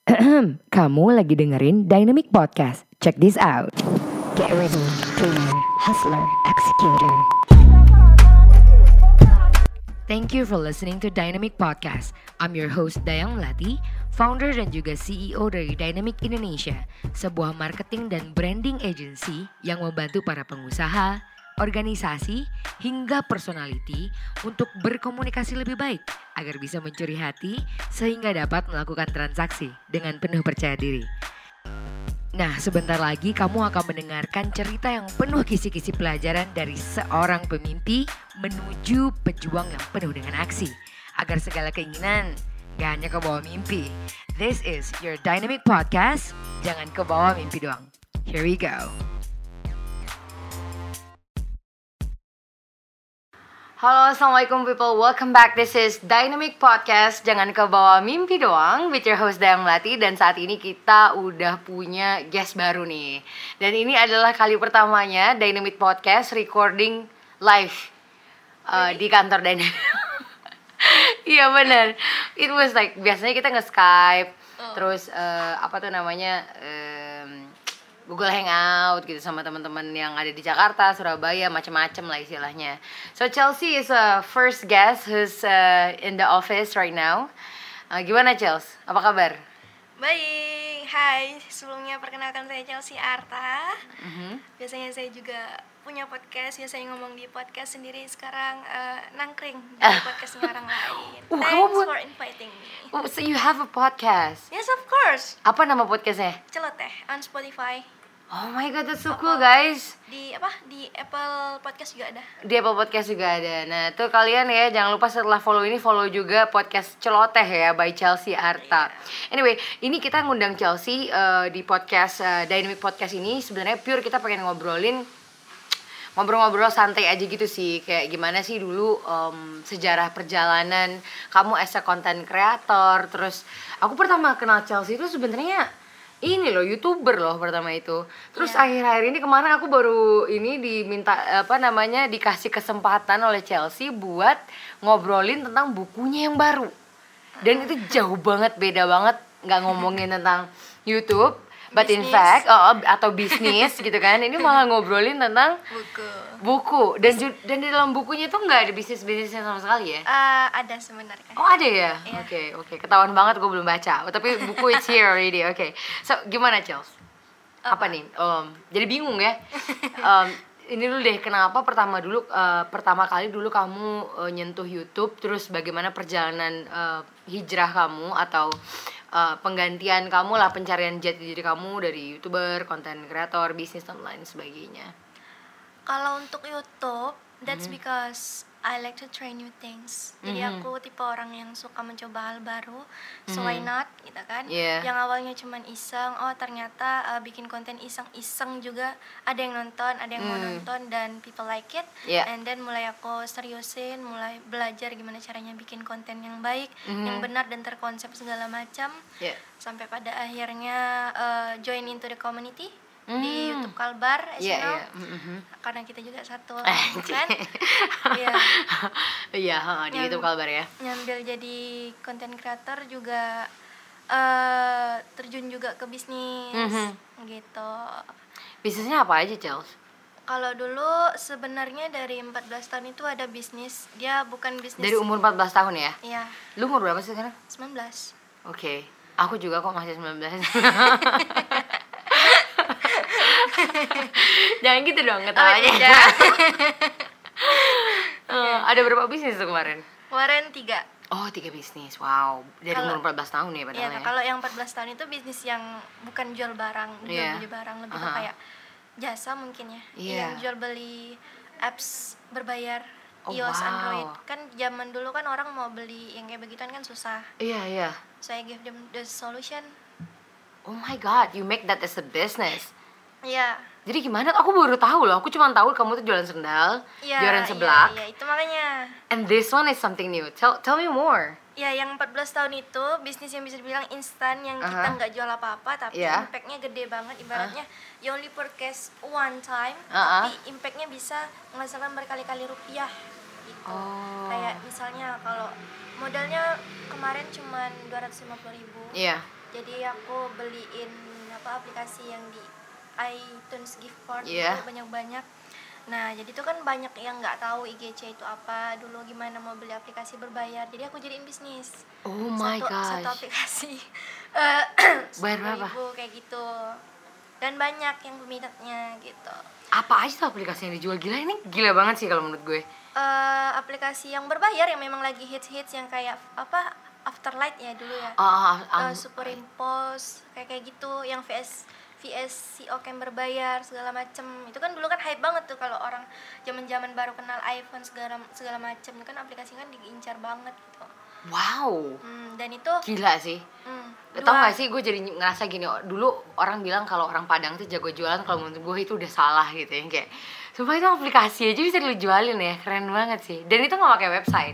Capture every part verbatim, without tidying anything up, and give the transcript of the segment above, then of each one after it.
Kamu lagi dengerin Dynamic Podcast. Check this out. Get ready, dreamer, hustler, executor. Thank you for listening to Dynamic Podcast. I'm your host Dayang Melati, founder dan juga C E O dari Dynamic Indonesia, sebuah marketing dan branding agency yang membantu para pengusaha, organisasi, hingga personality untuk berkomunikasi lebih baik agar bisa mencuri hati sehingga dapat melakukan transaksi dengan penuh percaya diri. Nah, sebentar lagi kamu akan mendengarkan cerita yang penuh kisi-kisi pelajaran dari seorang pemimpi menuju pejuang yang penuh dengan aksi agar segala keinginan gak hanya kebawa mimpi. This is your Dynamic Podcast. Jangan kebawa mimpi doang. Here we go. Halo, assalamualaikum people. Welcome back. This is Dynamic Podcast. Jangan kebawa mimpi doang. With your host Dayang Melati. Dan saat ini kita udah punya guest baru nih. Dan ini adalah kali pertamanya Dynamic Podcast recording live uh, di kantor Dynamic. Iya benar. It was like biasanya kita nge-Skype, oh. terus uh, apa tuh namanya um, Google Hangout gitu sama teman-teman yang ada di Jakarta, Surabaya, macam-macam lah istilahnya. So Chelsea is a first guest who's uh, in the office right now. Uh, gimana Chelsea? Apa kabar? Baik, hai. Sebelumnya perkenalkan saya Chelsea Arta. Uh-huh. Biasanya saya juga punya podcast, biasanya ngomong di podcast sendiri. Sekarang uh, nangkring di uh. podcastnya orang lain. Uh, Thanks bu- for inviting me. Oh, so you have a podcast? Yes, of course. Apa nama podcastnya? Celoteh on Spotify. Oh my god, that's so cool guys. Di apa? Di Apple Podcast juga ada. Di Apple Podcast juga ada. Nah, tuh kalian ya jangan lupa setelah follow ini follow juga podcast Celoteh ya by Chelsea Arta. Anyway, ini kita ngundang Chelsea uh, di podcast uh, Dynamic Podcast ini sebenarnya pure kita pengen ngobrolin ngobrol-ngobrol santai aja gitu sih. Kayak gimana sih dulu um, sejarah perjalanan kamu as a content creator. Terus aku pertama kenal Chelsea itu sebenarnya ini loh, YouTuber loh pertama itu. Terus yeah. akhir-akhir ini kemana aku baru ini diminta apa namanya dikasih kesempatan oleh Chelsea buat ngobrolin tentang bukunya yang baru. Dan itu jauh banget, beda banget, nggak ngomongin tentang YouTube, but in fact oh, atau bisnis gitu kan. Ini malah ngobrolin tentang buku. Buku dan ju- dan di dalam bukunya tuh nggak ada bisnis-bisnisnya sama sekali ya? Uh, ada sebenarnya. Oh ada ya? Oke yeah. oke okay, okay. Ketahuan banget gue belum baca. Oh, tapi buku it's here already. Oke. Okay. So gimana Chels? Apa, Apa nih? Um, jadi bingung ya. Um, ini dulu deh kenapa pertama dulu uh, pertama kali dulu kamu uh, nyentuh YouTube, terus bagaimana perjalanan uh, hijrah kamu atau uh, penggantian kamu lah, pencarian jati diri kamu dari YouTuber, content creator, bisnis dan lain sebagainya. Kalau untuk YouTube, that's mm-hmm. because I like to try new things. Jadi mm-hmm. aku tipe orang yang suka mencoba hal baru. So mm-hmm. why not, gitu kan? Yeah. Yang awalnya cuman iseng, oh ternyata uh, bikin konten iseng-iseng juga ada yang nonton, ada yang mm. mau nonton dan people like it. Yeah. And then mulai aku seriusin, mulai belajar gimana caranya bikin konten yang baik, mm-hmm. yang benar dan terkonsep segala macam. Yeah. Sampai pada akhirnya uh, join into the community. Mm. Di YouTube Kalbar, as yeah, you know, yeah. Mm-hmm. karena kita juga satu Anjir. kan, iya, iya di Nyam- YouTube Kalbar ya. Nyambil jadi content creator juga uh, terjun juga ke bisnis, mm-hmm. gitu. Bisnisnya apa aja Chels? Kalau dulu sebenarnya dari empat belas tahun itu ada bisnis, dia bukan bisnis. Dari umur empat belas tahun ya? Iya. Lu umur berapa sih sekarang? sembilan belas. Oke, okay. Aku juga kok masih sembilan belas. Jangan gitu dong ketawanya. Oh, iya. uh, ada berapa bisnis tuh kemarin? Kemarin tiga. Oh tiga bisnis, wow. Dari kalo, umur empat belas tahun ya padahal iya, ya. Kalau yang empat belas tahun itu bisnis yang bukan jual barang, jual yeah. beli barang, lebih uh-huh. ke kayak jasa mungkin ya. Yeah. Yang jual beli apps berbayar, oh, iOS, wow. Android. Kan zaman dulu kan orang mau beli yang kayak begituan kan susah. Iya yeah, iya. Yeah. So I give them the solution. Oh my god, you make that as a business. Iya. Jadi gimana? Aku baru tahu loh. Aku cuma tahu kamu tuh jualan sendal, ya, jualan seblak. Iya, iya, itu makanya. And this one is something new. Tell tell me more. Ya, yang empat belas tahun itu bisnis yang bisa dibilang instan, yang uh-huh. kita nggak jual apa-apa tapi yeah. impact-nya gede banget. Ibaratnya uh. you only purchase one time, uh-huh. tapi impact-nya bisa menghasilkan berkali-kali rupiah gitu. Oh. Kayak misalnya kalau modalnya kemarin cuma dua ratus lima puluh ribu. Iya. Yeah. Jadi aku beliin apa aplikasi yang di iTunes gift card Iya. itu banyak-banyak. Nah, jadi itu kan banyak yang nggak tahu I G C itu apa, dulu gimana mau beli aplikasi berbayar. Jadi aku jadiin bisnis. Oh my satu, gosh. Satu aplikasi eh, Bayar sepuluh berapa? ribu kayak gitu. Dan banyak yang peminatnya gitu. Apa aja tuh aplikasi yang dijual? Gila, ini gila banget sih kalau menurut gue. Eh, aplikasi yang berbayar yang memang lagi hits-hits yang kayak apa Afterlight ya dulu ya. Ah, ah, ah, Eh, Superimpose kayak kayak gitu yang V S V S C O Cam berbayar segala macem. Itu kan dulu kan hype banget tuh kalau orang zaman-zaman baru kenal iPhone segala segala macem. Itu kan aplikasi kan diincar banget gitu. wow. Hmm, dan itu Gila sih. hmm, Tau dua- gak sih, gue jadi ngerasa gini, oh, dulu orang bilang kalau orang Padang tuh jago jualan, kalau menurut gue itu udah salah gitu ya. Kayak, sumpah itu aplikasi aja bisa dijualin ya, keren banget sih. Dan itu gak pakai website.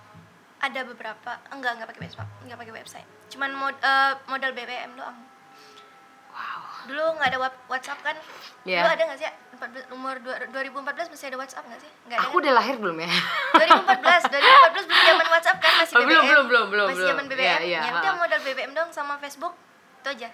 ada beberapa enggak enggak pakai website, enggak pakai website. Cuman mod, eh, modal B B M doang. Wow. Dulu nggak ada wa- WhatsApp kan? Iya. Dulu ada nggak sih ya? empat belas umur dua- dua ribu empat belas masih ada WhatsApp nggak sih? Nggak ada. Aku kan? udah lahir belum ya? dua ribu empat belas dua ribu empat belas belum zaman WhatsApp kan, masih Oh, B B M. belum, belum, belum, belum, Masih belum. zaman B B M. Iya, iya, Ya udah ha. modal B B M dong sama Facebook. Itu aja.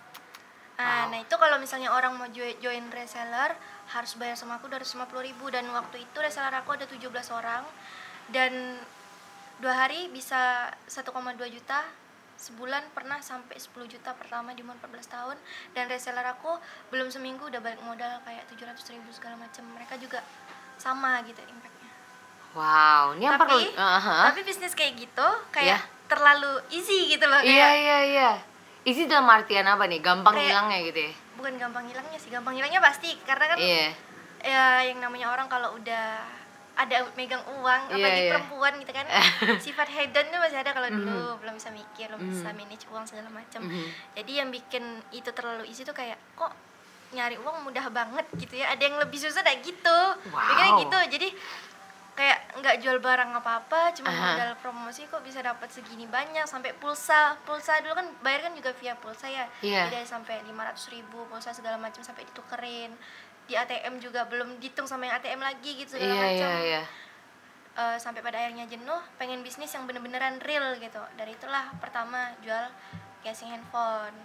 Nah, Wow. nah itu kalau misalnya orang mau join, join reseller harus bayar sama aku dua ratus lima puluh ribu, dan waktu itu reseller aku ada tujuh belas orang dan dua hari bisa satu koma dua juta, sebulan pernah sampai sepuluh juta pertama di umur empat belas tahun, dan reseller aku belum seminggu udah balik modal kayak tujuh ratus ribu segala macam. Mereka juga sama gitu impactnya. Wow, ini apa? Tapi, Uh-huh. tapi bisnis kayak gitu kayak Iya. terlalu easy gitu loh, Iya, kayak iya, iya. Isi dalam artian apa nih? Gampang Kayak- hilangnya gitu ya? bukan gampang hilangnya sih, gampang hilangnya pasti karena kan Iya. ya yang namanya orang kalau udah ada megang uang, Iya, apalagi iya. perempuan gitu kan, sifat hedon tuh masih ada kalau dulu Mhm. belum bisa mikir, belum Mhm. bisa manage uang segala macam. Mhm. Jadi yang bikin itu terlalu easy tuh kayak kok nyari uang mudah banget gitu ya, ada yang lebih susah kayak gitu. Wow. Pikirnya gitu, jadi kayak nggak jual barang apa-apa, cuma Aha. modal promosi kok bisa dapat segini banyak, sampai pulsa pulsa dulu kan bayar kan juga via pulsa ya. Iya. Jadi ada sampai lima ratus ribu pulsa segala macam sampai ditukerin. Di A T M juga belum dihitung sama yang A T M lagi gitu segala Iya, macam. iya, iya. Eh, sampai pada akhirnya jenuh, pengen bisnis yang bener-beneran real gitu. Dari itulah pertama jual casing handphone,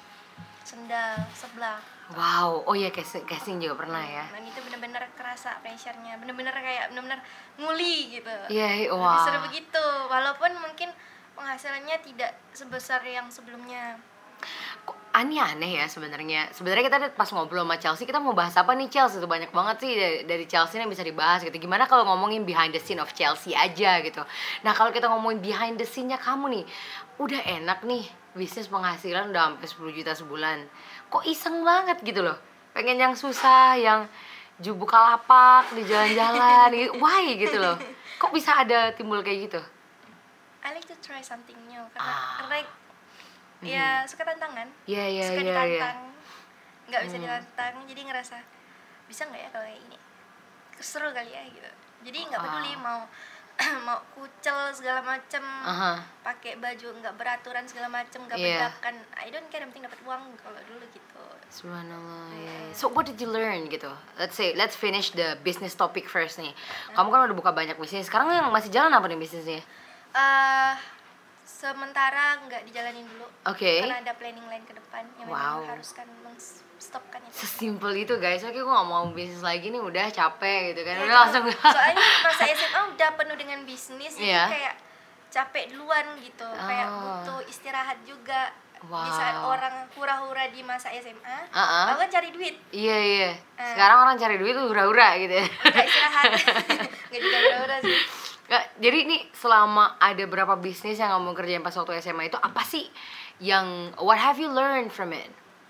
sendal, seblak. Wow, oh iya, casing, casing juga pernah ya. Dan itu bener-bener kerasa pressure-nya, bener-bener kayak bener-bener nguli gitu. Iya, Lebih wah. seru begitu, walaupun mungkin penghasilannya tidak sebesar yang sebelumnya. Kok aneh-aneh ya sebenarnya. Sebenarnya kita pas ngobrol sama Chelsea, kita mau bahas apa nih Chelsea? Itu banyak banget sih dari, dari Chelsea yang bisa dibahas gitu. Gimana kalau ngomongin behind the scene of Chelsea aja gitu. Nah, kalau kita ngomongin behind the scene-nya kamu nih, udah enak nih bisnis penghasilan udah sampai sepuluh juta sebulan. Kok iseng banget gitu loh. Pengen yang susah, yang ju buka lapak di jalan-jalan gitu. Why gitu loh. Kok bisa ada timbul kayak gitu? I like to try something new karena Ah. karena ya suka tantangan, Iya, iya, suka iya, iya. ditantang, nggak bisa Hmm. ditantang, jadi ngerasa bisa nggak ya kalau kayak ini, seru kali ya gitu. Jadi nggak peduli Wow. mau mau kucel segala macem, Aha. pakai baju nggak beraturan segala macem, nggak Iya. bedakan. I don't care, yang penting dapat uang kalau dulu gitu. Subhanallah, ya. ya. So what did you learn gitu? Let's say, let's finish the business topic first nih. Kamu kan udah buka banyak bisnis. Sekarang yang masih jalan apa nih bisnisnya? eh sementara nggak dijalanin dulu, Oke. karena ada planning lain ke depan yang memang Wow. mengharuskan mengstopkan itu. Sesimpel itu guys. Oke, gue gak mau bisnis lagi nih. Udah capek gitu kan. Ya, Udah langsung. soalnya masa S M A udah penuh dengan bisnis, jadi Iya. kayak capek duluan gitu, kayak Oh. butuh istirahat juga. Wow. Di saat orang hura-hura di masa S M A, Uh-uh. aku kan cari duit, Iya, iya. Eh. Sekarang orang cari duit tuh hura-hura gitu ya. nggak istirahat. Nggak juga hura-hura sih. Nggak, jadi nih selama ada berapa bisnis yang kamu kerjain pas waktu S M A itu, apa sih yang, what have you learned from it?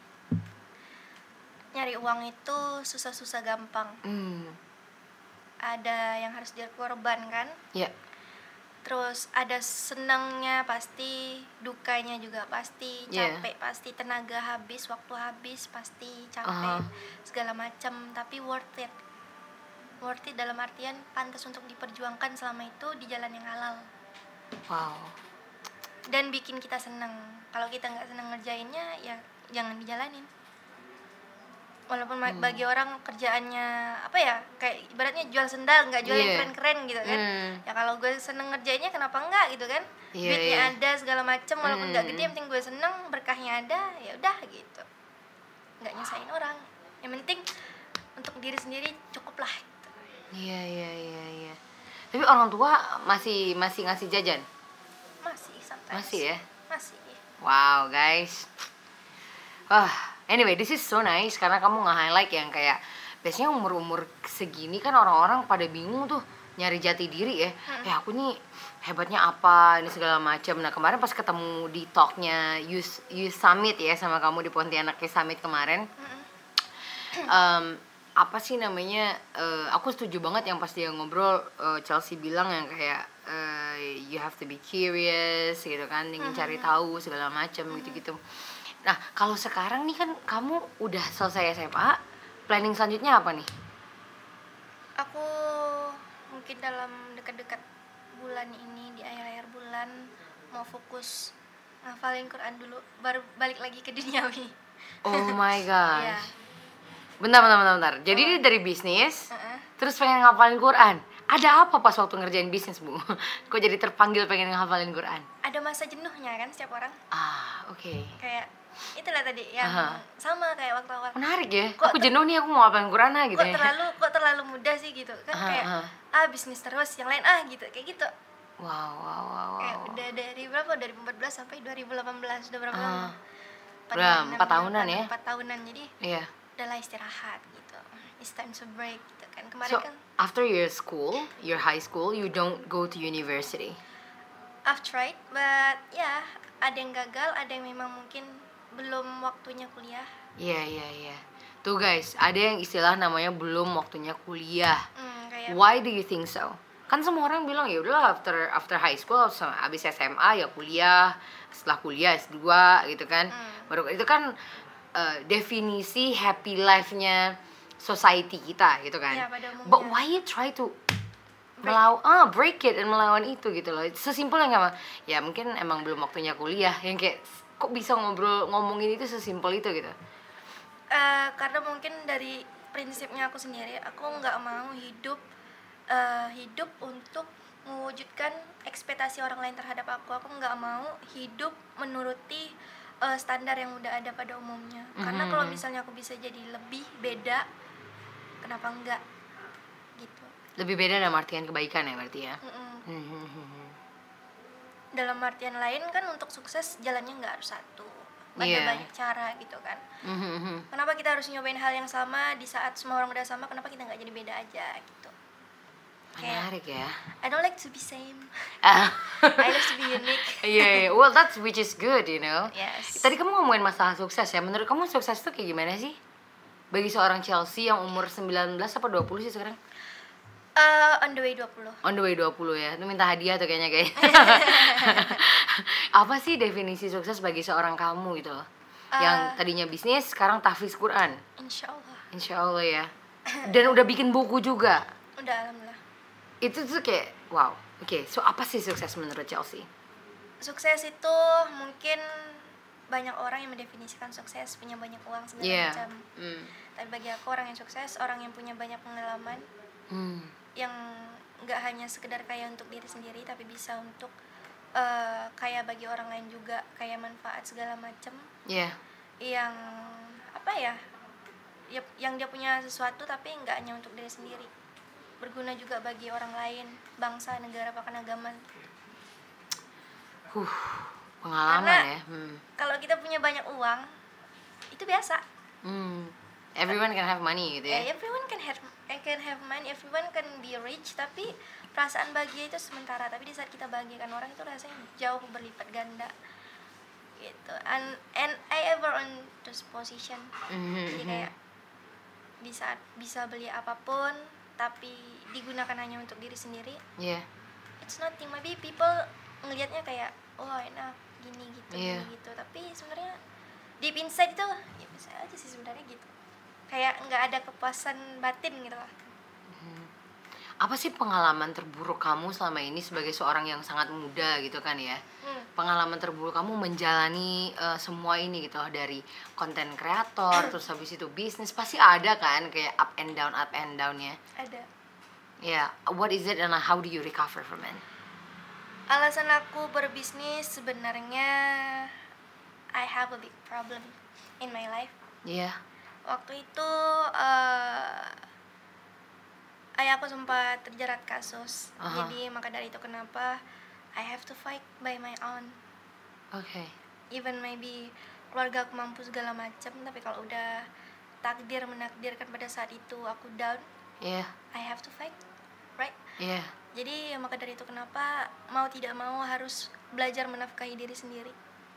Nyari uang itu susah-susah gampang, Hmm. ada yang harus dikorbankan, Ya. terus ada senangnya pasti, dukanya juga pasti, Yeah. capek pasti, tenaga habis, waktu habis pasti, capek, Uh-huh. segala macam, tapi worth it. Worth it dalam artian pantas untuk diperjuangkan selama itu di jalan yang halal Wow. dan bikin kita seneng. Kalau kita nggak seneng ngerjainnya, ya jangan dijalanin. walaupun ma- Hmm. bagi orang kerjaannya apa ya, kayak ibaratnya jual sendal, nggak jual yang Iya. keren-keren gitu kan. Hmm. Ya kalau gue seneng ngerjainnya kenapa enggak gitu kan. Iya, Duitnya iya. ada segala macem, walaupun nggak Hmm. gede, yang penting gue seneng, berkahnya ada, ya udah gitu, nggak nyusahin orang, yang penting untuk diri sendiri cukup lah gitu. Iya iya iya iya. Tapi orang tua masih masih ngasih jajan? Masih sometimes. Masih ya? Masih. Wow guys. Wah, anyway, this is so nice karena kamu nge-highlight yang kayak biasanya umur-umur segini kan orang-orang pada bingung tuh nyari jati diri ya. Ya aku nih hebatnya apa ini segala macam. Nah kemarin pas ketemu di talknya Youth Youth Summit ya sama kamu di Pontianak Summit kemarin, um, apa sih namanya? eh, aku setuju banget yang pas dia ngobrol, eh, Chelsea bilang yang kayak eh, you have to be curious gitu kan, ingin cari tahu segala macam gitu-gitu. Nah kalau sekarang nih kan kamu udah selesai S M A, planning selanjutnya apa nih? Aku mungkin dalam dekat-dekat bulan ini, di akhir-akhir bulan mau fokus ngafalin Quran dulu, baru balik lagi ke duniawi. Oh my Iya. gosh. Bentar, bentar, bentar, bentar. Jadi dia dari bisnis, Heeh. terus pengen ngafalin Quran. Ada apa pas waktu ngerjain bisnis, Bu? Kok jadi terpanggil pengen ngafalin Quran? Ada masa jenuhnya kan setiap orang, Ah, oke. kayak itulah tadi yang Aha. sama kayak waktu awal. Menarik ya. Kok Aku ter- jenuh nih, aku mau ngafalin Quran ah gitu Kok ya. terlalu kok terlalu mudah sih gitu kan, Aha, kayak aha. ah bisnis terus, yang lain ah gitu, kayak gitu. Wow, wow, wow, Kayak wow. udah dari berapa? Dari dua ribu empat belas sampai dua ribu delapan belas, udah berapa Ah. lama? Udah enam, empat ya, tahunan empat- ya? Empat tahunan, jadi Iya. udahlah istirahat gitu. It's time to break gitu kan. Kemarin So, kan after your school, your high school, you don't go to university. I've tried, but ya ada yang gagal, ada yang memang mungkin belum waktunya kuliah. Iya, iya, iya. Tuh guys, ada yang istilah namanya belum waktunya kuliah. Hmm, kayak Why do you think so? Kan semua orang bilang ya udahlah after after high school habis S M A ya kuliah, setelah kuliah S dua gitu kan. Hmm. Baru itu kan uh, definisi happy life-nya society kita gitu kan. Ya, pada umumnya. But why you try to melawan ah break it dan melawan itu gitu loh. Sesimpel yang apa? Ya mungkin emang belum waktunya kuliah. Yang kayak kok bisa ngobrol ngomongin itu sesimpel itu gitu. Eh, karena mungkin dari prinsipnya aku sendiri, aku nggak mau hidup eh, hidup untuk mewujudkan ekspektasi orang lain terhadap aku. Aku nggak mau hidup menuruti eh, standar yang udah ada pada umumnya. Karena Mhm. kalau misalnya aku bisa jadi lebih beda, kenapa enggak gitu. Lebih beda dalam artian kebaikan ya berarti ya. Mm-mm. Dalam artian lain kan untuk sukses jalannya nggak harus satu, ada Iya. banyak cara gitu kan. Mhm. Kenapa kita harus nyobain hal yang sama di saat semua orang udah sama? Kenapa kita nggak jadi beda aja gitu? Kayak Menarik ya. I don't like to be same. Ah. I like to be unique. Iya, yeah, well that's which is good, you know. Yes. Tadi kamu ngomongin masalah sukses ya. Menurut kamu sukses itu kayak gimana sih? Bagi seorang Chelsea yang umur sembilan belas apa dua puluh sih sekarang? Uh, on the way dua puluh. On the way dua puluh ya. Itu minta hadiah tuh kayaknya kayak. Apa sih definisi sukses bagi seorang kamu gitu loh? Yang Uh, tadinya bisnis, sekarang tahfiz Quran. Insya Allah. Insya Allah ya. Dan udah bikin buku juga. Udah, alhamdulillah. Itu tuh kayak wow. Oke, so apa sih sukses menurut Chelsea? Sukses itu mungkin banyak orang yang mendefinisikan sukses punya banyak uang segala Iya. macam. Hmm. Tapi bagi aku orang yang sukses, orang yang punya banyak pengalaman, Hmm. yang nggak hanya sekedar kaya untuk diri sendiri, tapi bisa untuk eh, kaya bagi orang lain juga, kaya manfaat segala macam. Iya. Yang apa ya? Ya- yang dia punya sesuatu tapi nggak hanya untuk diri sendiri, berguna juga bagi orang lain, bangsa, negara, bahkan agama. Huh, pengalaman Karena- ya. Hmm. Kalau kita punya banyak uang, itu biasa. Hmm. Everyone can have money gitu ya. Eh, everyone can have eh, can have money, everyone can be rich, tapi perasaan bahagia itu sementara. Tapi di saat kita bahagiakan orang, itu rasanya jauh berlipat ganda gitu. And and I ever on this position. Jadi Mhm. kayak di saat bisa beli apapun tapi digunakan hanya untuk diri sendiri, Iya. it's nothing. Maybe people ngelihatnya kayak oh enak gini gitu, Iya. gini gitu, tapi sebenarnya deep inside itu ya bisa aja sih sebenarnya gitu. Kayak nggak ada kepuasan batin gitu lah. apa sih pengalaman terburuk kamu selama ini sebagai seorang yang sangat muda gitu kan ya? Hmm. Pengalaman terburuk kamu menjalani uh, semua ini gitu loh, dari konten kreator terus habis itu bisnis, pasti ada kan kayak up and down up and downnya. Ada. Ya, yeah. What is it and how do you recover from it? Alasan aku berbisnis sebenarnya I have a big problem in my life. Iya. Yeah. Waktu itu uh, ayah aku sempat terjerat kasus. Uh-huh. Jadi maka dari itu kenapa I have to fight by my own. Oke. Okay. Even maybe keluarga aku mampu segala macam, tapi kalau udah takdir menakdirkan pada saat itu aku down, yeah, I have to fight, right? Iya. Yeah. Jadi maka dari itu kenapa mau tidak mau harus belajar menafkahi diri sendiri.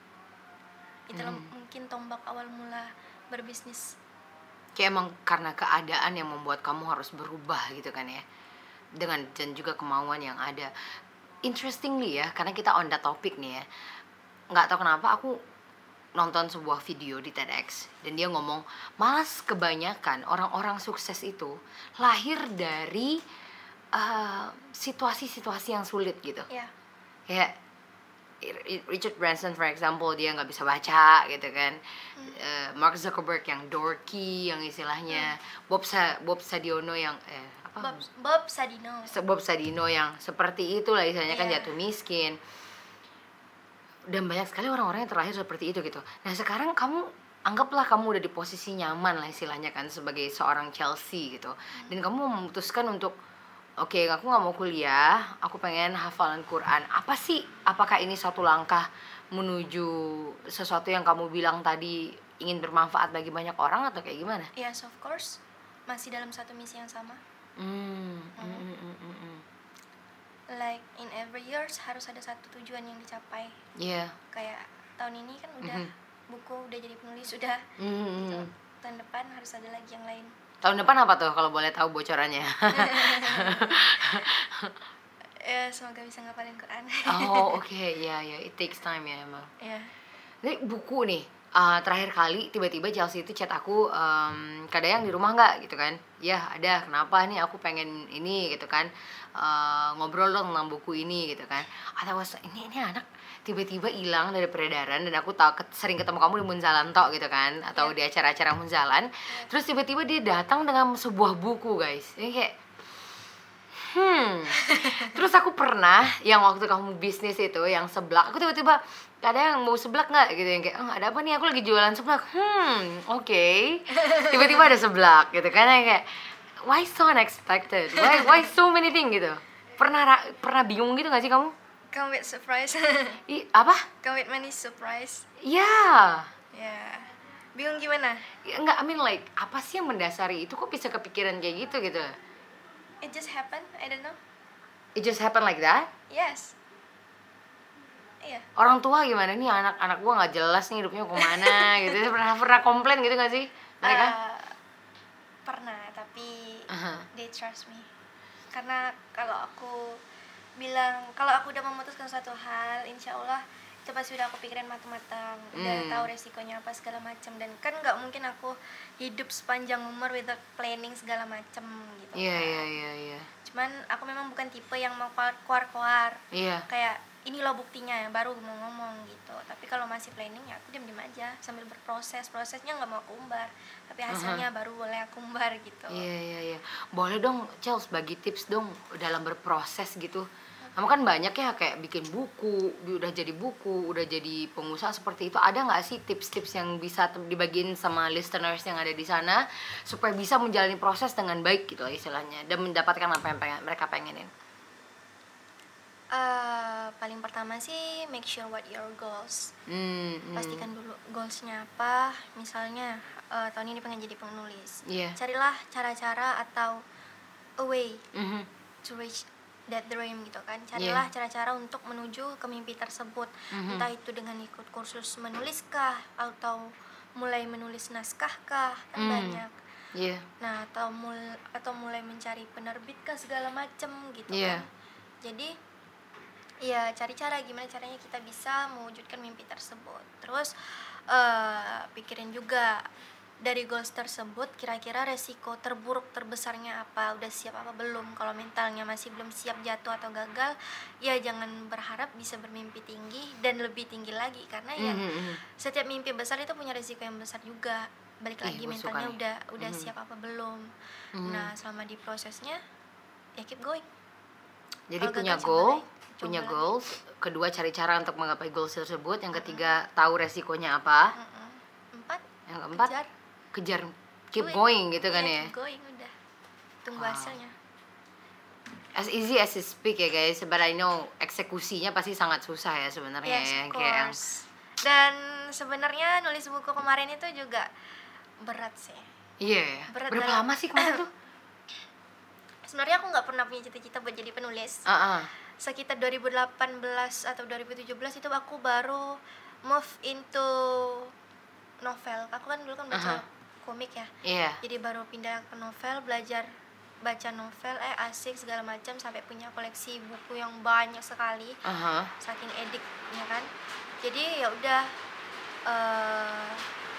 Itulah hmm. mungkin tombak awal mula berbisnis. Kayak emang karena keadaan yang membuat kamu harus berubah gitu kan ya, dengan dan juga kemauan yang ada. Interestingly ya, karena kita on that topic nih ya, nggak tahu kenapa aku nonton sebuah video di TEDx dan dia ngomong malas kebanyakan orang-orang sukses itu lahir dari uh, situasi-situasi yang sulit gitu. Yeah. Kayak Richard Branson for example, dia nggak bisa baca gitu kan. hmm. uh, Mark Zuckerberg yang dorky yang istilahnya, hmm. Bob Sa- Bob Sadino yang eh apa Bob, Bob Sadino Bob Sadino yang seperti itulah istilahnya, yeah, kan jatuh miskin, dan banyak sekali orang-orang yang terlahir seperti itu gitu. Nah sekarang kamu anggaplah kamu udah di posisi nyaman lah istilahnya kan sebagai seorang Chelsea gitu, hmm. dan kamu memutuskan untuk oke, okay, aku gak mau kuliah, aku pengen hafalan Quran. Apa sih, apakah ini satu langkah menuju sesuatu yang kamu bilang tadi, ingin bermanfaat bagi banyak orang atau kayak gimana? Yes, of course. Masih dalam satu misi yang sama. Hmm. Hmm. Mm, mm, mm, mm. Like in every years harus ada satu tujuan yang dicapai. Iya. Yeah. Kayak tahun ini kan udah mm-hmm. buku udah jadi penulis sudah. Mm-hmm. Gitu. Tahun depan harus ada lagi yang lain. Tahun depan apa tuh kalau boleh tahu bocorannya? Ya, semoga bisa ngapalin Quran. Oh oke, okay. ya ya, it takes time ya emang. Iya. Ini buku nih, uh, terakhir kali tiba-tiba Chelsea itu chat aku, um, kadang di rumah nggak gitu kan? Ya ada, kenapa nih aku pengen ini gitu kan, uh, ngobrol dong tentang buku ini gitu kan. Atau ini ini anak tiba-tiba hilang dari peredaran dan aku tahu sering ketemu kamu di Munzalan tok gitu kan, atau yeah. di acara-acara Munzalan, yeah. terus tiba-tiba dia datang dengan sebuah buku guys, ini kayak hmm terus aku pernah yang waktu kamu bisnis itu yang seblak, aku tiba-tiba kadang mau seblak nggak gitu, yang kayak oh, ada apa nih, aku lagi jualan seblak, hmm oke okay. tiba-tiba ada seblak gitu kan, yang kayak why so unexpected, why why so many things gitu. Pernah pernah bingung gitu nggak sih kamu? Come with surprise. I, apa? Come with money surprise. Ya. Yeah. Ya. Yeah. Bingung gimana? Ya, enggak, I mean like apa sih yang mendasari itu, kok bisa kepikiran kayak gitu gitu? It just happened, I don't know. It just happened like that? Yes. Iya. Yeah. Orang tua gimana nih, anak-anak gua nggak jelas nih hidupnya kemana gitu? Pernah pernah komplain gitu nggak sih mereka? Uh, pernah, tapi uh-huh. they trust me. Karena kalau aku bilang kalau aku udah memutuskan suatu hal, insya Allah itu pasti udah aku pikirin matang-matang, udah hmm. tahu resikonya apa segala macam, dan kan nggak mungkin aku hidup sepanjang umur without planning segala macam gitu. Iya iya iya iya. Cuman aku memang bukan tipe yang mau keluar-keluar. Iya. Kayak ini loh buktinya, baru mau ngomong gitu. Tapi kalau masih planning ya aku diam-diam aja sambil berproses. Prosesnya nggak mau aku umbar, tapi hasilnya uh-huh. baru boleh aku umbar gitu. Iya iya iya. Boleh dong, Chels, bagi tips dong dalam berproses gitu. Kamu kan banyak ya kayak bikin buku, udah jadi buku, udah jadi pengusaha seperti itu. Ada nggak sih tips-tips yang bisa dibagiin sama listeners yang ada di sana supaya bisa menjalani proses dengan baik gitu lah istilahnya, dan mendapatkan apa yang pengen, mereka pengenin? Uh, paling pertama sih make sure what your goals. Hmm, hmm. Pastikan dulu goalsnya apa. Misalnya uh, tahun ini pengen jadi penulis. Yeah. Carilah cara-cara atau a way mm-hmm. to reach that dream gitu kan. Carilah yeah. cara-cara untuk menuju ke mimpi tersebut. Mm-hmm. Entah itu dengan ikut kursus menuliskah, atau mulai menulis naskah kah, kan mm. banyak. Yeah. Nah, atau mul atau mulai mencari penerbit kah segala macem gitu yeah. kan. Jadi ya cari cara gimana caranya kita bisa mewujudkan mimpi tersebut. Terus uh, pikirin juga dari goals tersebut kira-kira resiko terburuk terbesarnya apa, udah siap apa belum. Kalau mentalnya masih belum siap jatuh atau gagal, ya jangan berharap bisa bermimpi tinggi dan lebih tinggi lagi, karena ya Mhm. setiap mimpi besar itu punya resiko yang besar juga. Balik Ih, lagi gua suka mentalnya nih. udah udah Mhm. siap apa belum. Mhm. Nah selama di prosesnya ya keep going. Jadi Kalau punya gagal, coba goal, lagi. Coba punya lagi. goals, kedua cari cara untuk menggapai goals tersebut, yang ketiga tahu resikonya apa, Mm-mm. Empat, yang keempat kejar. kejar, keep Do it. going gitu kan Iya, ya. keep going udah. Tunggu Wow. hasilnya. As easy as it speak ya guys, but I know eksekusinya pasti sangat susah ya sebenarnya Yes, ya. of Kayak yang- course. Dan sebenarnya nulis buku kemarin itu juga berat sih. Iya. ya. Berat Berapa dalam- lama sih kemarin tuh? Sebenarnya aku nggak pernah punya cita-cita buat jadi penulis. Ah, ah. Sekitar dua ribu delapan belas atau dua ribu tujuh belas itu aku baru move into novel. Aku kan dulu kan baca Aha. komik ya. Iya. Jadi baru pindah ke novel, belajar baca novel, eh asik segala macam, sampai punya koleksi buku yang banyak sekali. Aha. Saking ediknya kan. Jadi ya udah eh,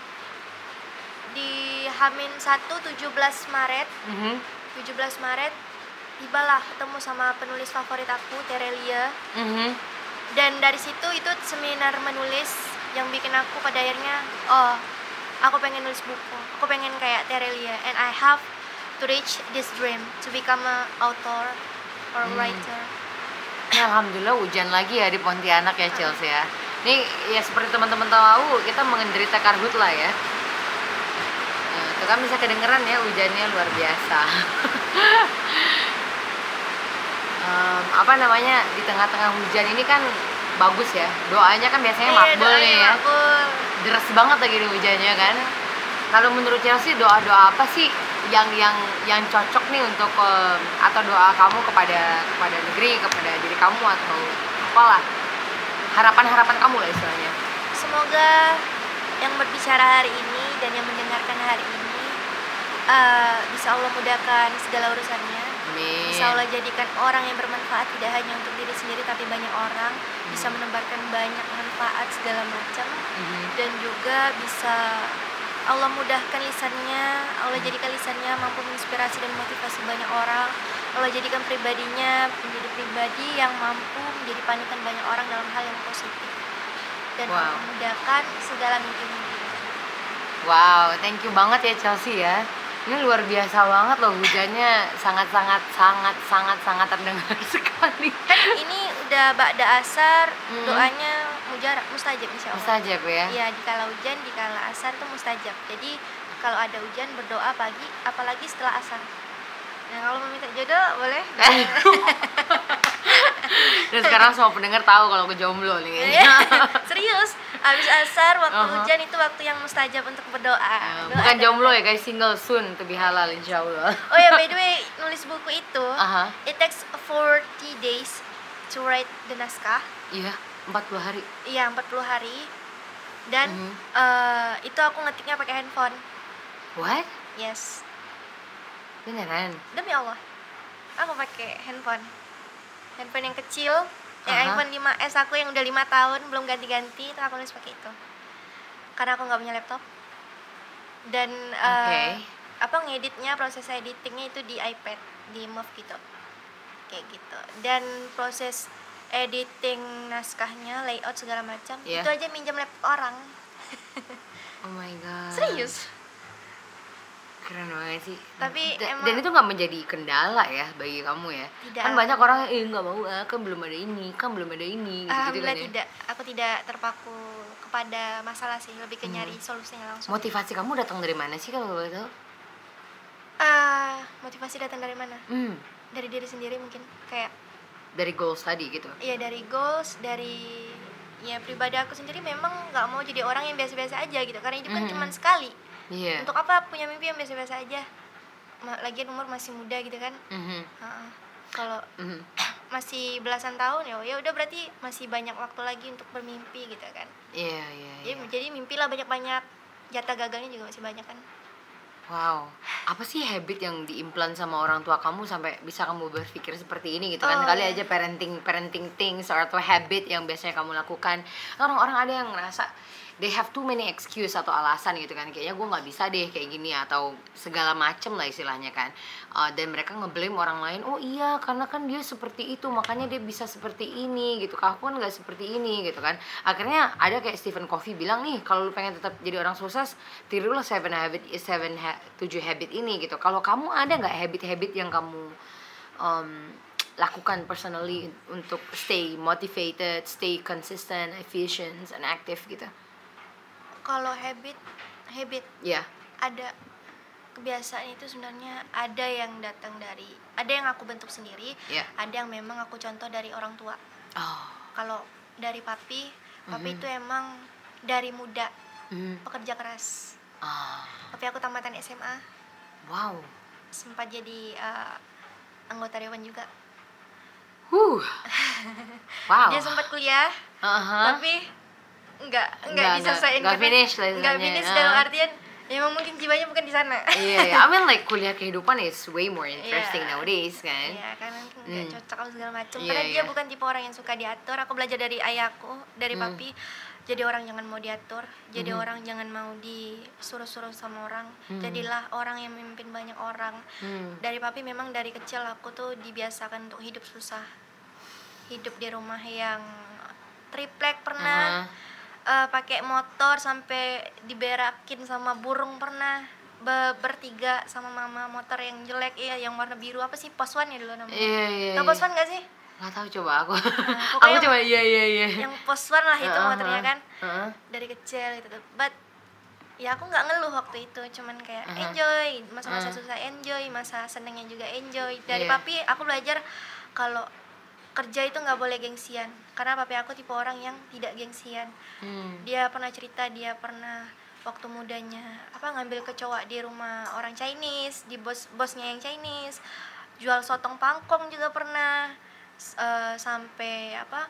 di Hamin satu tujuh belas Maret Mhm. tujuh belas Maret tibalah ketemu sama penulis favorit aku, Terelia. Mhm. Dan dari situ itu seminar menulis yang bikin aku pada akhirnya, oh aku pengen nulis buku, aku pengen kayak Terelia, and I have to reach this dream to become a author or Hmm. writer. Nah, alhamdulillah hujan lagi ya di Pontianak ya Chelsea ya. Ini ya seperti teman-teman tahu kita menderita karhutla ya. Nah, itu kan bisa kedengeran ya hujannya luar biasa. Em, apa namanya, di tengah-tengah hujan ini kan bagus ya. Doanya kan biasanya Iya, makbul doanya nih ya. makbul. Deras banget lagi nih hujannya kan. Kalau menurut Chelsea doa-doa apa sih yang yang yang cocok nih untuk em, atau doa kamu kepada kepada negeri, kepada diri kamu atau apalah harapan-harapan kamu lah istilahnya. Semoga yang berbicara hari ini dan yang mendengarkan hari ini eh, bisa Allah mudahkan segala urusannya. Amin. Bisa Allah jadikan orang yang bermanfaat tidak hanya untuk diri sendiri tapi banyak orang, bisa menebarkan banyak manfaat segala macam, Mhm. dan juga bisa Allah mudahkan lisannya, Allah jadikan lisannya mampu menginspirasi dan motivasi banyak orang. Allah jadikan pribadinya menjadi pribadi yang mampu menjadi panutan banyak orang dalam hal yang positif. Dan Wow. Allah mudahkan segala mimpi-mimpi. Wow, thank you banget ya Chelsea ya. Ini luar biasa banget loh hujannya, sangat-sangat sangat-sangat sangat terdengar sekali. Kan ini udah ba'da asar, Hmm. doanya mujarab, mustajab insya Allah. Mustajab ya. Iya, di kala hujan, di kala asar tuh mustajab. Jadi kalau ada hujan berdoa pagi, apalagi setelah asar. Nah, kalau mau minta jodoh boleh. Dan sekarang semua pendengar tahu kalau aku jomblo nih kayaknya. Serius, abis asar waktu Uh-huh. hujan itu waktu yang mustajab untuk berdoa. Eh, Doa Bukan dan- jomblo ya guys, single soon to be halal insyaallah. Oh ya, by the way, nulis buku itu Aha. it takes forty days to write the naskah. Iya, empat puluh hari. Iya, empat puluh hari. Dan Mhm. eh, itu aku ngetiknya pakai handphone. What? Yes. Beneran? Demi Allah, aku pakai handphone handphone yang kecil, yang Aha. iPhone lima S aku yang udah lima tahun belum ganti-ganti, itu aku nulis pakai itu karena aku nggak punya laptop. Dan eh, Oke. apa ngeditnya, proses editingnya itu di iPad, di Move gitu, kayak gitu. Dan proses editing naskahnya, layout segala macam, Iya. itu aja minjam laptop orang. Oh my god. Serius. Keren banget sih. Tapi Da- emang- dan itu nggak menjadi kendala ya bagi kamu ya. Tidak. Kan banyak orang eh nggak mau ah, kan belum ada ini, kan belum ada ini gitu, Alhamdulillah kan ya. tidak, aku tidak terpaku kepada masalah sih, lebih ke nyari solusinya langsung. Motivasi kamu datang dari mana sih kalau boleh tahu? Ah, motivasi datang dari mana? Hmm, Dari diri sendiri mungkin, kayak dari goals tadi gitu. ya dari goals, dari ya pribadi aku sendiri memang nggak mau jadi orang yang biasa-biasa aja gitu, karena hidup kan Mhm. cuma sekali. Iya. Untuk apa punya mimpi yang biasa-biasa aja? Ma- Lagian umur masih muda gitu kan. Mhm, Ha-ha. Kalau mhm. masih belasan tahun ya ya udah berarti masih banyak waktu lagi untuk bermimpi gitu kan. Iya, iya, Jadi, iya. jadi mimpilah banyak-banyak, jatah gagalnya juga masih banyak kan. Wow, apa sih habit yang diimplan sama orang tua kamu sampai bisa kamu berpikir seperti ini gitu kan? Oh, Kali iya. aja parenting parenting things atau habit yang biasanya kamu lakukan. Orang-orang ada yang ngerasa they have too many excuse atau alasan gitu kan, kayaknya gue nggak bisa deh kayak gini atau segala macem lah istilahnya kan. Uh, dan mereka ngeblame orang lain, oh iya karena kan dia seperti itu makanya dia bisa seperti ini gitu, aku kan nggak seperti ini gitu kan. Akhirnya ada kayak Stephen Covey bilang nih, kalau lu pengen tetap jadi orang sukses, tirulah seven habit seven ha- tujuh habit ini gitu. Kalau kamu ada nggak habit-habit yang kamu um, lakukan personally untuk stay motivated, stay consistent, efficient, and active gitu? Kalau habit, habit Ya. Yeah. ada kebiasaan itu sebenarnya ada yang datang dari, ada yang aku bentuk sendiri, Yeah. ada yang memang aku contoh dari orang tua. Oh. Kalau dari papi, papi Mhm. itu emang dari muda Mhm. pekerja keras. Ah. Papi aku tamatan S M A, Wow. sempat jadi uh, anggota dewan juga. Huh. Wow. Dia sempat kuliah, Uh-huh. tapi enggak enggak Nggak- diselesain nggak- nggak karena- finish lah enggak istilahnya. finish Ah. dalam artian ya emang mungkin jiwanya bukan di sana. Iya, yeah, I mean like kuliah kehidupan is way more interesting Iya. nowadays kan. Iya, karena nggak Hmm. cocok sama segala macam. Iya, Karena dia iya. bukan tipe orang yang suka diatur. Aku belajar dari ayahku, dari Hmm. papi. Jadi orang jangan mau diatur, jadi Mhm. orang jangan mau disuruh-suruh sama orang. Hmm. Jadilah orang yang memimpin banyak orang. Hmm. Dari papi memang dari kecil aku tuh dibiasakan untuk hidup susah. Hidup di rumah yang triplek pernah. Uh-huh. Eh, pakai motor sampai diberakin sama burung pernah. Be- bertiga sama mama, motor yang jelek ya, yang warna biru, apa sih, Poswan ya dulu namanya. Iya, iya. Tau iya. Poswan gak sih? Nggak tahu, coba aku. aku pokoknya cuma iya iya iya. Yang Poswan lah itu Uh-huh. motornya kan. Uh-huh. Dari kecil gitu tuh. But ya aku nggak ngeluh waktu itu, cuman kayak Uh-huh. enjoy, masa-masa Uh. susah enjoy, masa senengnya juga enjoy. Dari Iya. papi aku belajar kalau kerja itu nggak boleh gengsian, karena papi aku tipe orang yang tidak gengsian. Hmm. Dia pernah cerita dia pernah waktu mudanya apa ngambil kecoa di rumah orang Chinese, di bos bosnya yang Chinese, jual sotong pangkong juga pernah. S- eh, sampai apa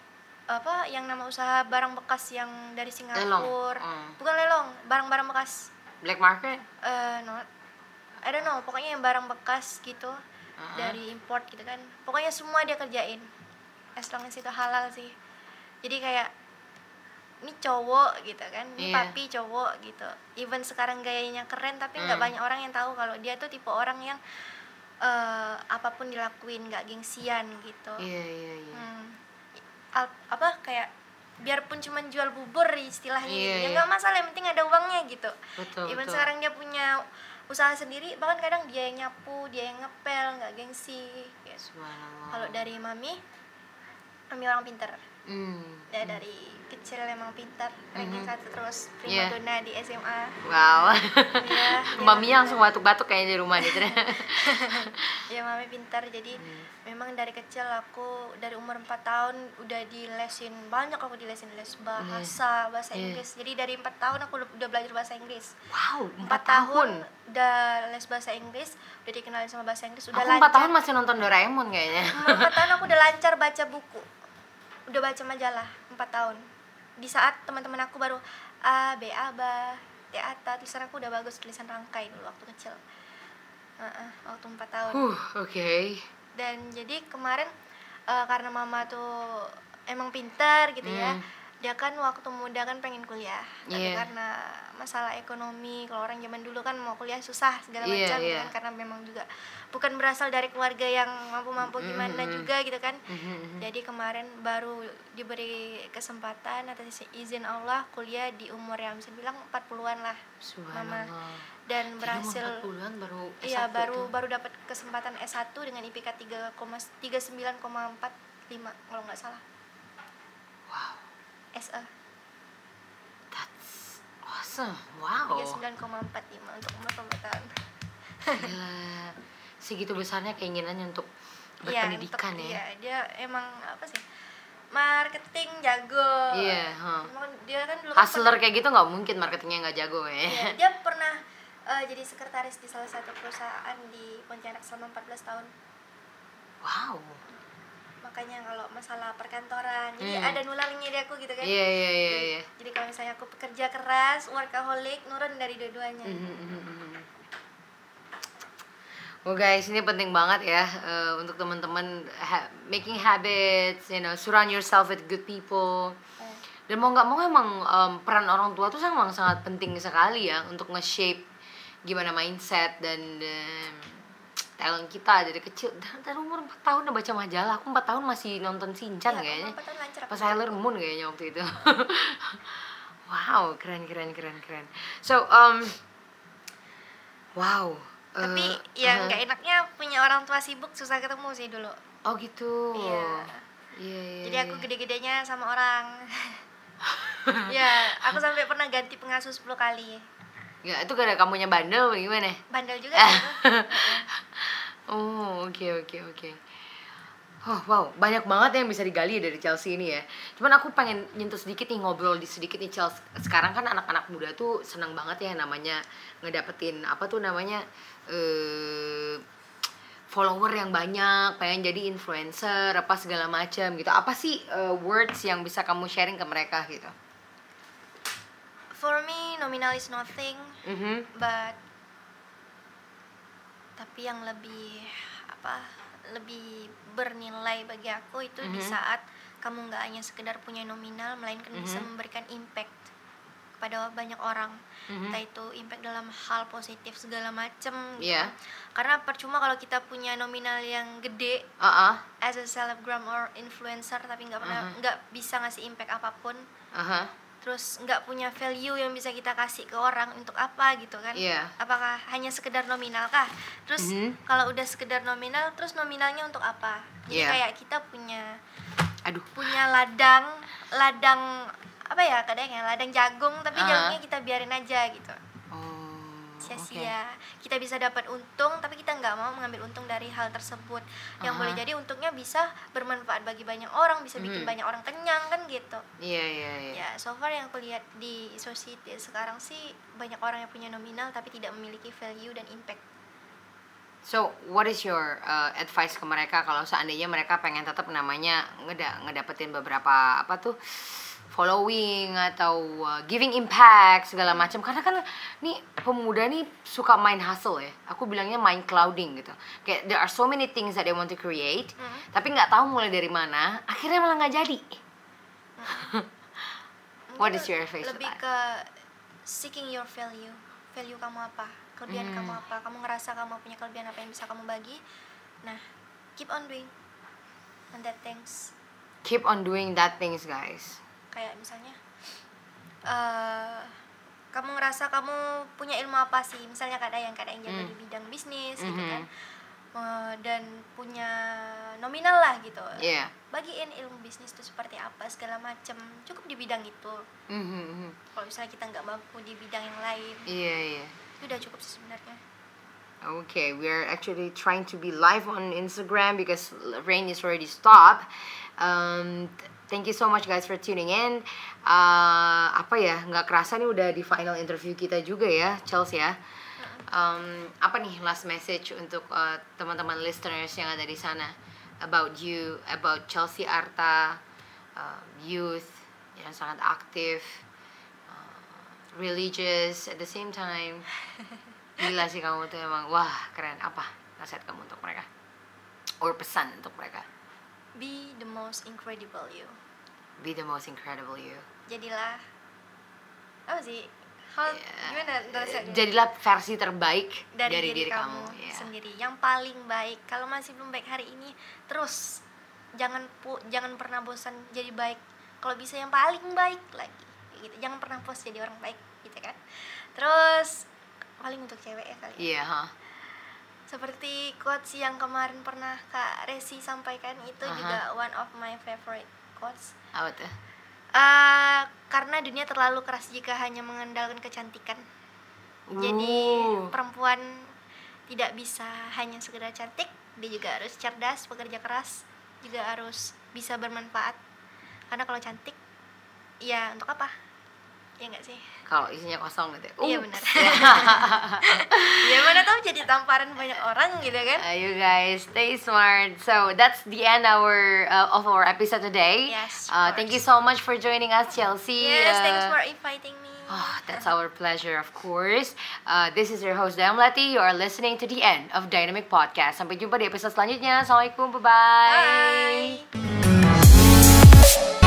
apa yang nama usaha barang bekas yang dari Singapura. Hmm. Bukan lelong, barang-barang bekas. Black market? eh no, I don't know, pokoknya yang barang bekas gitu, Uh-huh. dari import gitu kan. Pokoknya semua dia kerjain, as long as itu halal sih. Jadi kayak ini cowok gitu kan, ini Iya. papi cowok gitu. Even sekarang gayanya keren, tapi nggak Hmm. banyak orang yang tahu kalau dia tuh tipe orang yang eh, apapun dilakuin nggak gengsian gitu. Iya iya iya. Hmm. Al- apa kayak biarpun cuma jual bubur istilahnya Iya, gitu, ya iya. nggak masalah, yang penting ada uangnya gitu. Betul. Even betul. sekarang dia punya usaha sendiri, bahkan kadang dia yang nyapu, dia yang ngepel, nggak gengsi gitu. Subhanallah. Kalau dari mami, mami orang pintar. Hmm. Ya dari kecil emang pintar, ranking Mhm. satu terus, Iya. prima donna di S M A. Wow. Iya, Maminya langsung batuk-batuk kayaknya di rumah gitu. ya mami pintar, jadi Hmm. memang dari kecil aku dari umur empat tahun udah dilesin, banyak aku dilesin les bahasa, bahasa Iya. Inggris. Jadi dari empat tahun aku udah, udah belajar bahasa Inggris. Wow, Empat empat tahun tahun. udah les bahasa Inggris, udah dikenalin sama bahasa Inggris, udah Aku lancar. empat tahun masih nonton Doraemon kayaknya. Empat tahun aku udah lancar baca buku, udah baca majalah. Empat tahun di saat teman-teman aku baru A, B, A, B, T, A, T, tulisan aku udah bagus, tulisan rangkai dulu waktu kecil. Uh-uh, waktu empat tahun. Huh, oke. Dan jadi kemarin eh, karena mama tuh emang pintar gitu ya, Hmm. dia kan waktu muda kan pengen kuliah, tapi Iya. karena masalah ekonomi, kalau orang zaman dulu kan mau kuliah susah segala Iya, macam gitu iya. kan, karena memang juga bukan berasal dari keluarga yang mampu-mampu gimana Mhm. juga gitu kan. Mhm. Jadi kemarin baru diberi kesempatan atas izin Allah kuliah di umur yang bisa bilang empat puluhan lah, Subhanallah. dan Jadi berhasil. umur empat puluhan baru S Iya, satu baru tuh. baru dapat kesempatan S satu dengan I P K tiga koma tiga puluh sembilan koma empat lima kalau nggak salah. Wow, S E that's awesome. Wow. tiga puluh sembilan koma empat lima untuk umur empat tahun. Gila. Segitu besarnya keinginannya untuk Iya, berpendidikan untuk- ya. Iya, dia emang apa sih? Marketing jago. Iya, huh. Emang dia kan dulu kan Hustler kayak gitu nggak mungkin marketingnya nggak jago ya. Iya, dia pernah eh, jadi sekretaris di salah satu perusahaan di Pontianak selama empat belas tahun. Wow. Makanya kalau masalah perkantoran, jadi Hmm. ada nularingnya di aku gitu kan. Iya iya iya Jadi, iya. jadi kalau misalnya aku pekerja keras, workaholic, nurun dari dua-duanya. Mhm, mhm, mhm. Oh guys, ini penting banget ya eh, untuk teman-teman ha- making habits, you know, surround yourself with good people. Eh, Dan mau nggak mau emang um, peran orang tua tuh emang sangat penting sekali ya untuk nge-shape gimana mindset dan um, talent kita dari kecil. Dan dari umur empat tahun udah baca majalah. Aku empat tahun masih nonton Shinchan Ya, kayaknya. empat tahun lancar Pas aku. Sailor Moon kayaknya waktu itu. Wow, keren keren keren keren. So, um, wow. Tapi uh, yang uh-huh. nggak enaknya punya orang tua sibuk susah ketemu sih dulu. Oh gitu. Iya. Iya, iya, Jadi aku iya. gede-gedenya sama orang. Ya, aku sampai pernah ganti pengasuh sepuluh kali. Ya, itu gara kamunya bandel apa gimana? Bandel juga gitu. Oh, oke oke oke. Oh, wow, banyak banget yang bisa digali dari Chelsea ini ya. Cuman aku pengen nyentuh sedikit nih, ngobrol di sedikit nih Chelsea. Sekarang kan anak-anak muda tuh senang banget ya namanya ngedapetin apa tuh namanya eh follower yang banyak, pengen jadi influencer apa segala macam gitu. Apa sih uh, words yang bisa kamu sharing ke mereka gitu? For me, nominal is nothing, Mhm. but tapi yang lebih apa? Lebih bernilai bagi aku itu di Mhm. saat kamu nggak hanya sekedar punya nominal, melainkan bisa Mhm. memberikan impact kepada banyak orang. Mhm. Entah itu impact dalam hal positif segala macem gitu. Iya. Karena percuma kalau kita punya nominal yang gede Uh-uh. as a selebgram or influencer tapi nggak pernah Uh-huh. nggak bisa ngasih impact apapun, Uh-huh. terus nggak punya value yang bisa kita kasih ke orang, untuk apa gitu kan? Iya. Apakah hanya sekedar nominal kah? Terus Mhm. kalau udah sekedar nominal, terus nominalnya untuk apa? Jadi Iya. kayak kita punya Aduh. punya ladang ladang apa ya kadangnya ladang jagung tapi Uh-huh. jagungnya kita biarin aja gitu, Oh. sia-sia. Kita bisa dapat untung tapi kita nggak mau mengambil untung dari hal tersebut yang Aha. boleh jadi untungnya bisa bermanfaat bagi banyak orang, bisa bikin Mhm. banyak orang kenyang kan gitu. Iya, iya, iya. Ya, so far yang aku lihat di society sekarang sih banyak orang yang punya nominal tapi tidak memiliki value dan impact. So, what is your uh, advice ke mereka kalau seandainya mereka pengen tetap namanya ngeda ngedapetin beberapa apa tuh following atau uh, giving impact segala macam, karena kan nih pemuda nih suka main hustle ya. Aku bilangnya mind clouding gitu. Kayak there are so many things that they want to create, Hmm. tapi nggak tahu mulai dari mana, akhirnya malah nggak jadi. What is your advice to Lebih that? ke seeking your value. Value kamu apa? Kelebihan Hmm. kamu apa? Kamu ngerasa kamu punya kelebihan apa yang bisa kamu bagi? Nah, keep on doing on that things. Keep on doing that things, guys. Kayak misalnya eh kamu ngerasa kamu punya ilmu apa sih? Misalnya ada yang ada yang jago Hmm. di bidang bisnis gitu Mhm. kan. Eh, dan punya nominal lah gitu. Iya. Bagiin ilmu bisnis itu seperti apa segala macam. Cukup di bidang itu. Mhm, mhm. Kalau misalnya kita nggak mampu di bidang yang lain, Iya, iya. itu udah cukup sih sebenarnya. Okay, we are actually trying to be live on Instagram because rain is already stopped. Um, th- thank you so much guys for tuning in. Uh, apa ya, nggak kerasa nih udah di final interview kita juga ya, Chelsea ya. Um, apa nih last message untuk uh, teman-teman listeners yang ada di sana about you, about Chelsea Arta, uh, youth yang sangat aktif, uh, religious at the same time. Gila sih kamu tuh emang, wah keren. Apa nasihat kamu untuk mereka? Or pesan untuk mereka? Be the most incredible you. Be the most incredible you. Jadilah apa sih? How, Yeah. gimana rasanya? Jadilah versi terbaik dari, dari, diri, diri kamu, kamu. Yeah. sendiri yang paling baik. Kalau masih belum baik hari ini, terus jangan pu- jangan pernah bosan jadi baik. Kalau bisa yang paling baik lagi gitu. Jangan pernah puas jadi orang baik gitu kan. Terus paling untuk cewek ya kali ya. Iya, huh? Seperti quotes yang kemarin pernah Kak Resi sampaikan itu Aha. juga one of my favorite quotes. Apa tuh? Eh, karena dunia terlalu keras jika hanya mengandalkan kecantikan. Jadi Uh. perempuan tidak bisa hanya sekedar cantik, dia juga harus cerdas, bekerja keras, juga harus bisa bermanfaat. Karena kalau cantik, ya untuk apa? Ya nggak sih? Kalau isinya kosong gitu. Iya Ups. benar. Ya mana tahu jadi tamparan banyak orang gitu kan? Uh, you guys stay smart. So that's the end our uh, of our episode today. Yes, of Uh, thank you course. so much for joining us, Chelsea. Yes, thanks Uh, for inviting me. Oh, that's our pleasure, of course. Uh, this is your host, Damlati. You are listening to the end of Dynamic Podcast. Sampai jumpa di episode selanjutnya. Assalamualaikum. Bye-bye. Bye.